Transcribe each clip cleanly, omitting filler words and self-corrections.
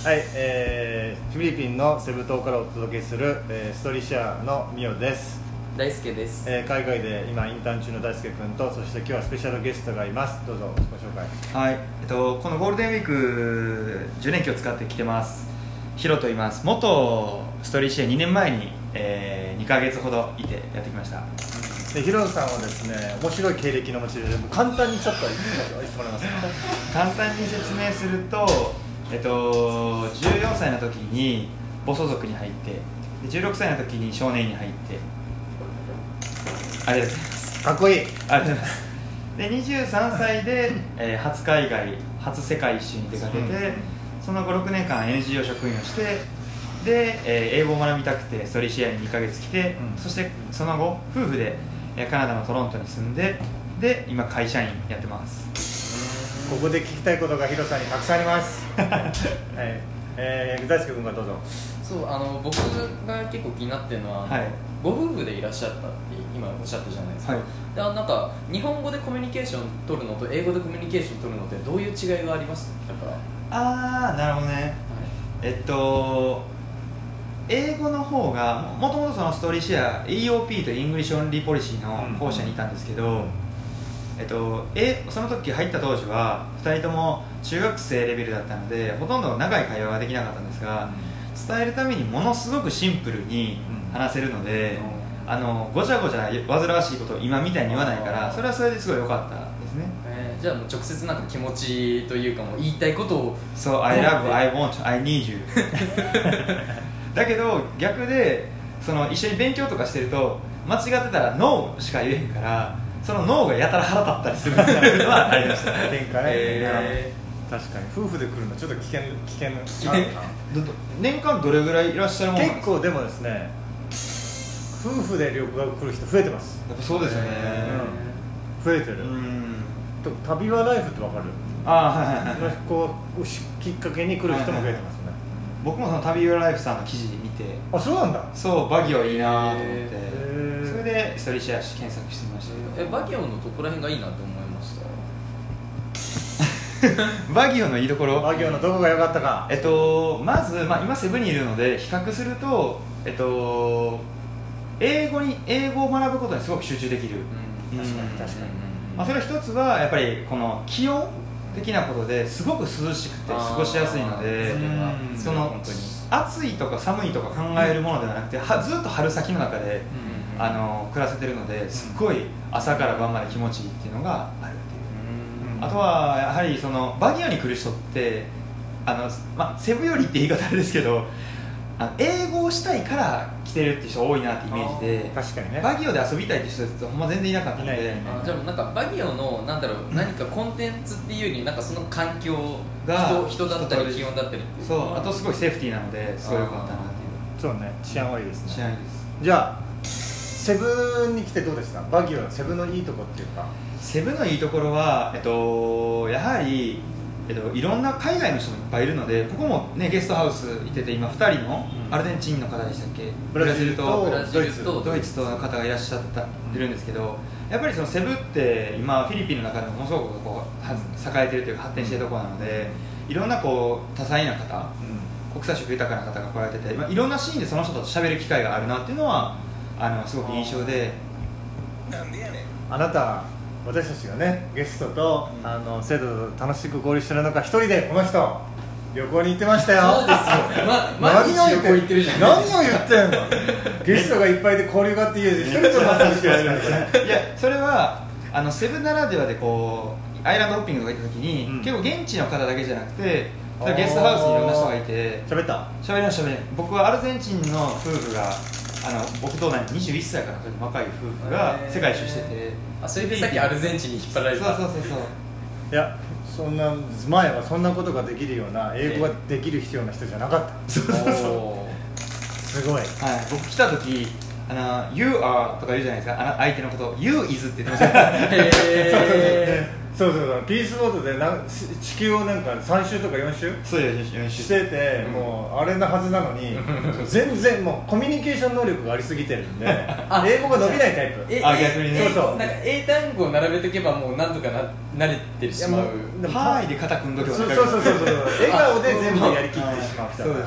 はい、フィリピンのセブ島からお届けする、ストーリーシェアのミオです。 大輔です。 海外で今インターン中の大輔君と、そして今日はスペシャルゲストがいます。どうぞご紹介。 はい、このゴールデンウィーク10連休を使って来てます。ヒロと言います。元ストーリーシェア2年前に、2ヶ月ほどいてやってきました。 でヒロさんはですね、面白い経歴の持ちで簡単にちょっと言ってもらえますか。 簡単に説明すると、14歳の時に暴走族に入ってで16歳の時に少年院に入って、ありがとうございます。 かっこいい。 ありがとうございます。で23歳で、初海外初世界一周に出かけて、その後6年間 NGO 職員をして、で、英語を学びたくてストーリーシェアに2ヶ月来て、そしてその後夫婦でカナダのトロントに住んで、で今会社員やってます。 ここで聞きたいことがヒロさんにたくさんあります。はい、大輔君がどうぞ。 そう、僕が結構気になってるのは、 はい、 ご夫婦でいらっしゃったって今おっしゃったじゃないですか。 はい、 でなんか日本語でコミュニケーション取るのと英語でコミュニケーション取るのってどういう違いがありますか？ なるほどね。はい、英語の方がもともとそのストーリーシェア EOP とイングリッシュオンリーポリシーの校舎にいたんですけど、その時入った当時は2人とも中学生レベルだったのでほとんど長い会話ができなかったんですが、伝えるためにものすごくシンプルに話せるので、ごちゃごちゃ煩わしいことを今みたいに言わないから、それはそれですごい良かったですね。 じゃあもう直接なんか気持ちというかもう言いたいことをそう、I love, I want, I need you だけど逆でその一緒に勉強とかしてると間違ってたら No しか言えへんから、その No がやたら腹立ったりするっていうのはありました喧嘩ね。確かに夫婦で来るのちょっと危険年間どれぐらいいらっしゃるものなんですか？ 結構でもですね、夫婦で旅行来る人増えてます。 やっぱそうですよね、 増えてる。旅はライフってわかる？こうきっかけに来る人も増えてますね。 僕もその旅はライフさんの記事見て、 あ、そうなんだ。 そう、バギオいいなと思って、それでストーリーシェア検索してみました。 バギオのどこら辺がいいなと思いました？ バギオのいいところ、 バギオのどこが良かったか。 まず、今セブにいるので比較すると、英語を学ぶことにすごく集中できる。 確かに。 それは一つはやっぱりこの気温的なことですごく涼しくて過ごしやすいので、その暑いとか寒いとか考えるものではなくて、ずっと春先の中で暮らせてるので、すっごい朝から晩まで気持ちいいっていうのがあるっていう。あとはやはりそのバギオに来る人ってセブよりって言い方あれですけど、英語をしたいから来てるって人多いなってイメージで、 確かにね、 バギオで遊びたいって人ってほんま全然いなかったので、 じゃあなんかバギオの何かコンテンツっていうよりなんかその環境が人だったり気温だったりっていう、 そう、あとすごいセーフティーなのですごい良かったなっていう。 そうね、治安はいいですね。 治安いいです。 じゃあセブに来てどうでした？バギオはセブのいいところっていうか。 セブのいいところは、やはり、いろんな海外の人もいっぱいいるので、ここも、ね、ゲストハウス行ってて、今2人のアルゼンチンの方でしたっけ、 ブラジルとドイツとの方がいらっしゃってるんですけど、やっぱりそのセブって今フィリピンの中でもものすごくこう栄えてるというか発展しているところなので、いろんなこう多彩な方、国際色豊かな方が来られてて、いろんなシーンでその人と喋る機会があるなっていうのはすごく印象で。 あなた、私たちがねゲストと生徒と楽しく交流してる中、一人でこの人旅行に行ってましたよ。 そうですよ。毎日旅行行ってるじゃん。 何を言ってんのゲストがいっぱいで交流があって家で一人と話してますからね。 いや、それはセブならではでこうアイランドホッピングとか行った時に、結構現地の方だけじゃなくてゲストハウスにいろんな人がいて喋りました。 僕はアルゼンチンの夫婦が僕と同じ21歳から若い夫婦が世界一周してて、 それでさっきアルゼンチンに引っ張られた。 そういや、そんな前はそんなことができるような英語ができるような人じゃなかった。すごい。 はい、僕来た時You are とか言うじゃないですか、相手のこと You is って言ってました。 そうピースボートで地球をなんか3周とか4周そうです4周してて、もうあれなはずなのに全然もうコミュニケーション能力がありすぎてるんで英語が伸びないタイプ。 逆にね。 そうなんか英単語を並べとけばもうなんとか慣れてしまう。 はーいで肩組んどけばそう笑顔で全部やりきってしまう人だから。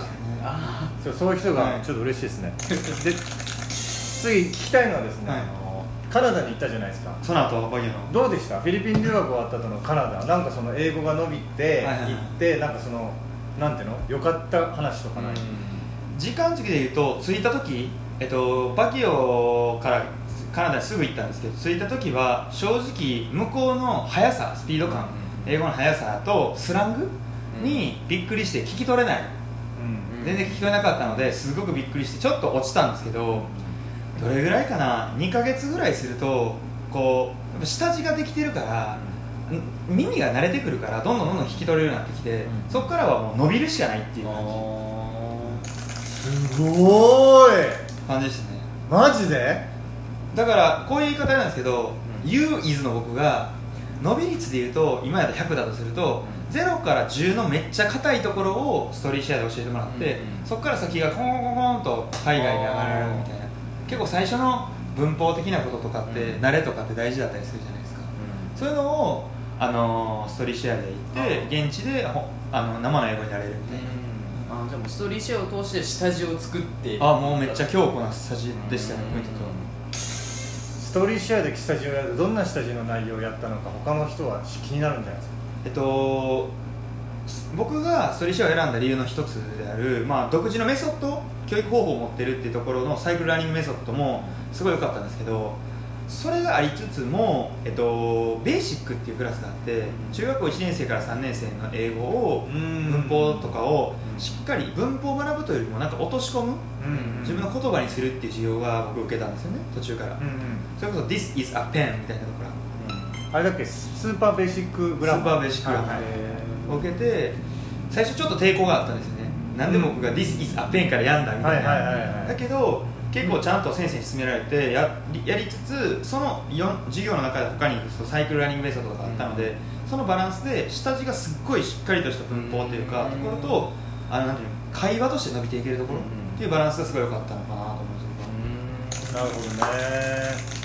そういう人がちょっと嬉しいですね。で次聞きたいのはですね、カナダに行ったじゃないですか。 その後バギーのどうでした？フィリピン留学終わった後のカナダ、なんかその英語が伸びて行って、なんかそのなんていうの良かった話とかない？ 時間軸でいうと着いた時、バギオからカナダにすぐ行ったんですけど、着いた時は正直向こうの速さ、スピード感、英語の速さとスラングにびっくりして聞き取れない、全然聞き取れなかったのですごくびっくりしてちょっと落ちたんですけど、どれぐらいかな、2ヶ月ぐらいするとこう下地ができてるから、耳が慣れてくるからどんどん聞き取れるようになってきて、そこからはもう伸びるしかないっていう感じ。 すごーい感じでしたね。 マジで？ だからこういう言い方なんですけど、You is の僕が伸び率でいうと今やったら100だとすると、0から10のめっちゃ硬いところをストーリーシェアで教えてもらって、そこから先がコンコンコンと海外に上がれるみたいな。結構最初の文法的なこととかって、慣れとかって大事だったりするじゃないですか、そういうのを、ストーリーシェアで行って現地で生の英語になれるみたいな。 じゃあもうストーリーシェアを通して下地を作って。 もうめっちゃ強固な下地でしたね、ポイントと。 ストーリーシェアで下地をやるとどんな下地の内容をやったのか他の人は気になるんじゃないですか？ 僕がストーリーシェアを選んだ理由の一つである、独自のメソッド、教育方法を持ってるっていうところのサイクルラーニングメソッドもすごい良かったんですけど、それがありつつも、ベーシックっていうクラスがあって、中学校1年生から3年生の英語を文法とかをしっかり文法を学ぶというよりもなんか落とし込む、自分の言葉にするっていう授業が僕受けたんですよね、途中から。それこそ This is a pen みたいなところ、 あれだっけ、スーパーベーシックグラマー、 スーパーベーシックグラマーを受けて、最初ちょっと抵抗があったんですよね。なんで僕が This is a pen からやんだみたいな。だけど結構ちゃんと先生に勧められてやりつつ、その授業の中で他にサイクルラーニングメソッドがあったので、そのバランスで下地がすっごいしっかりとした文法というかところと、なんていうの、会話として伸びていけるところっていうバランスがすごい良かったのかなと思うんです。 なるほどね。そうです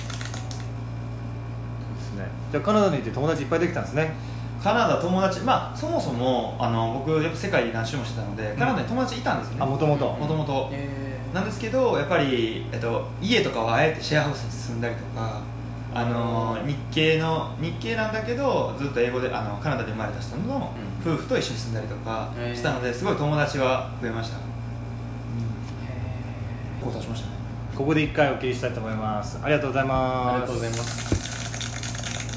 ね。じゃあカナダに行って友達いっぱいできたんですね。 カナダ友達、そもそも僕やっぱ世界何周もしてたので、カナダに友達いたんですよね。もともとなんですけど、やっぱり、家とかはあえてシェアハウスに住んだりとか、日系なんだけどずっと英語でカナダで生まれた人の夫婦と一緒に住んだりとかしたので、すごい友達は増えました。こう立ちましたね。 ここで一回お切りしたいと思います。ありがとうございます。 ありがとうございます。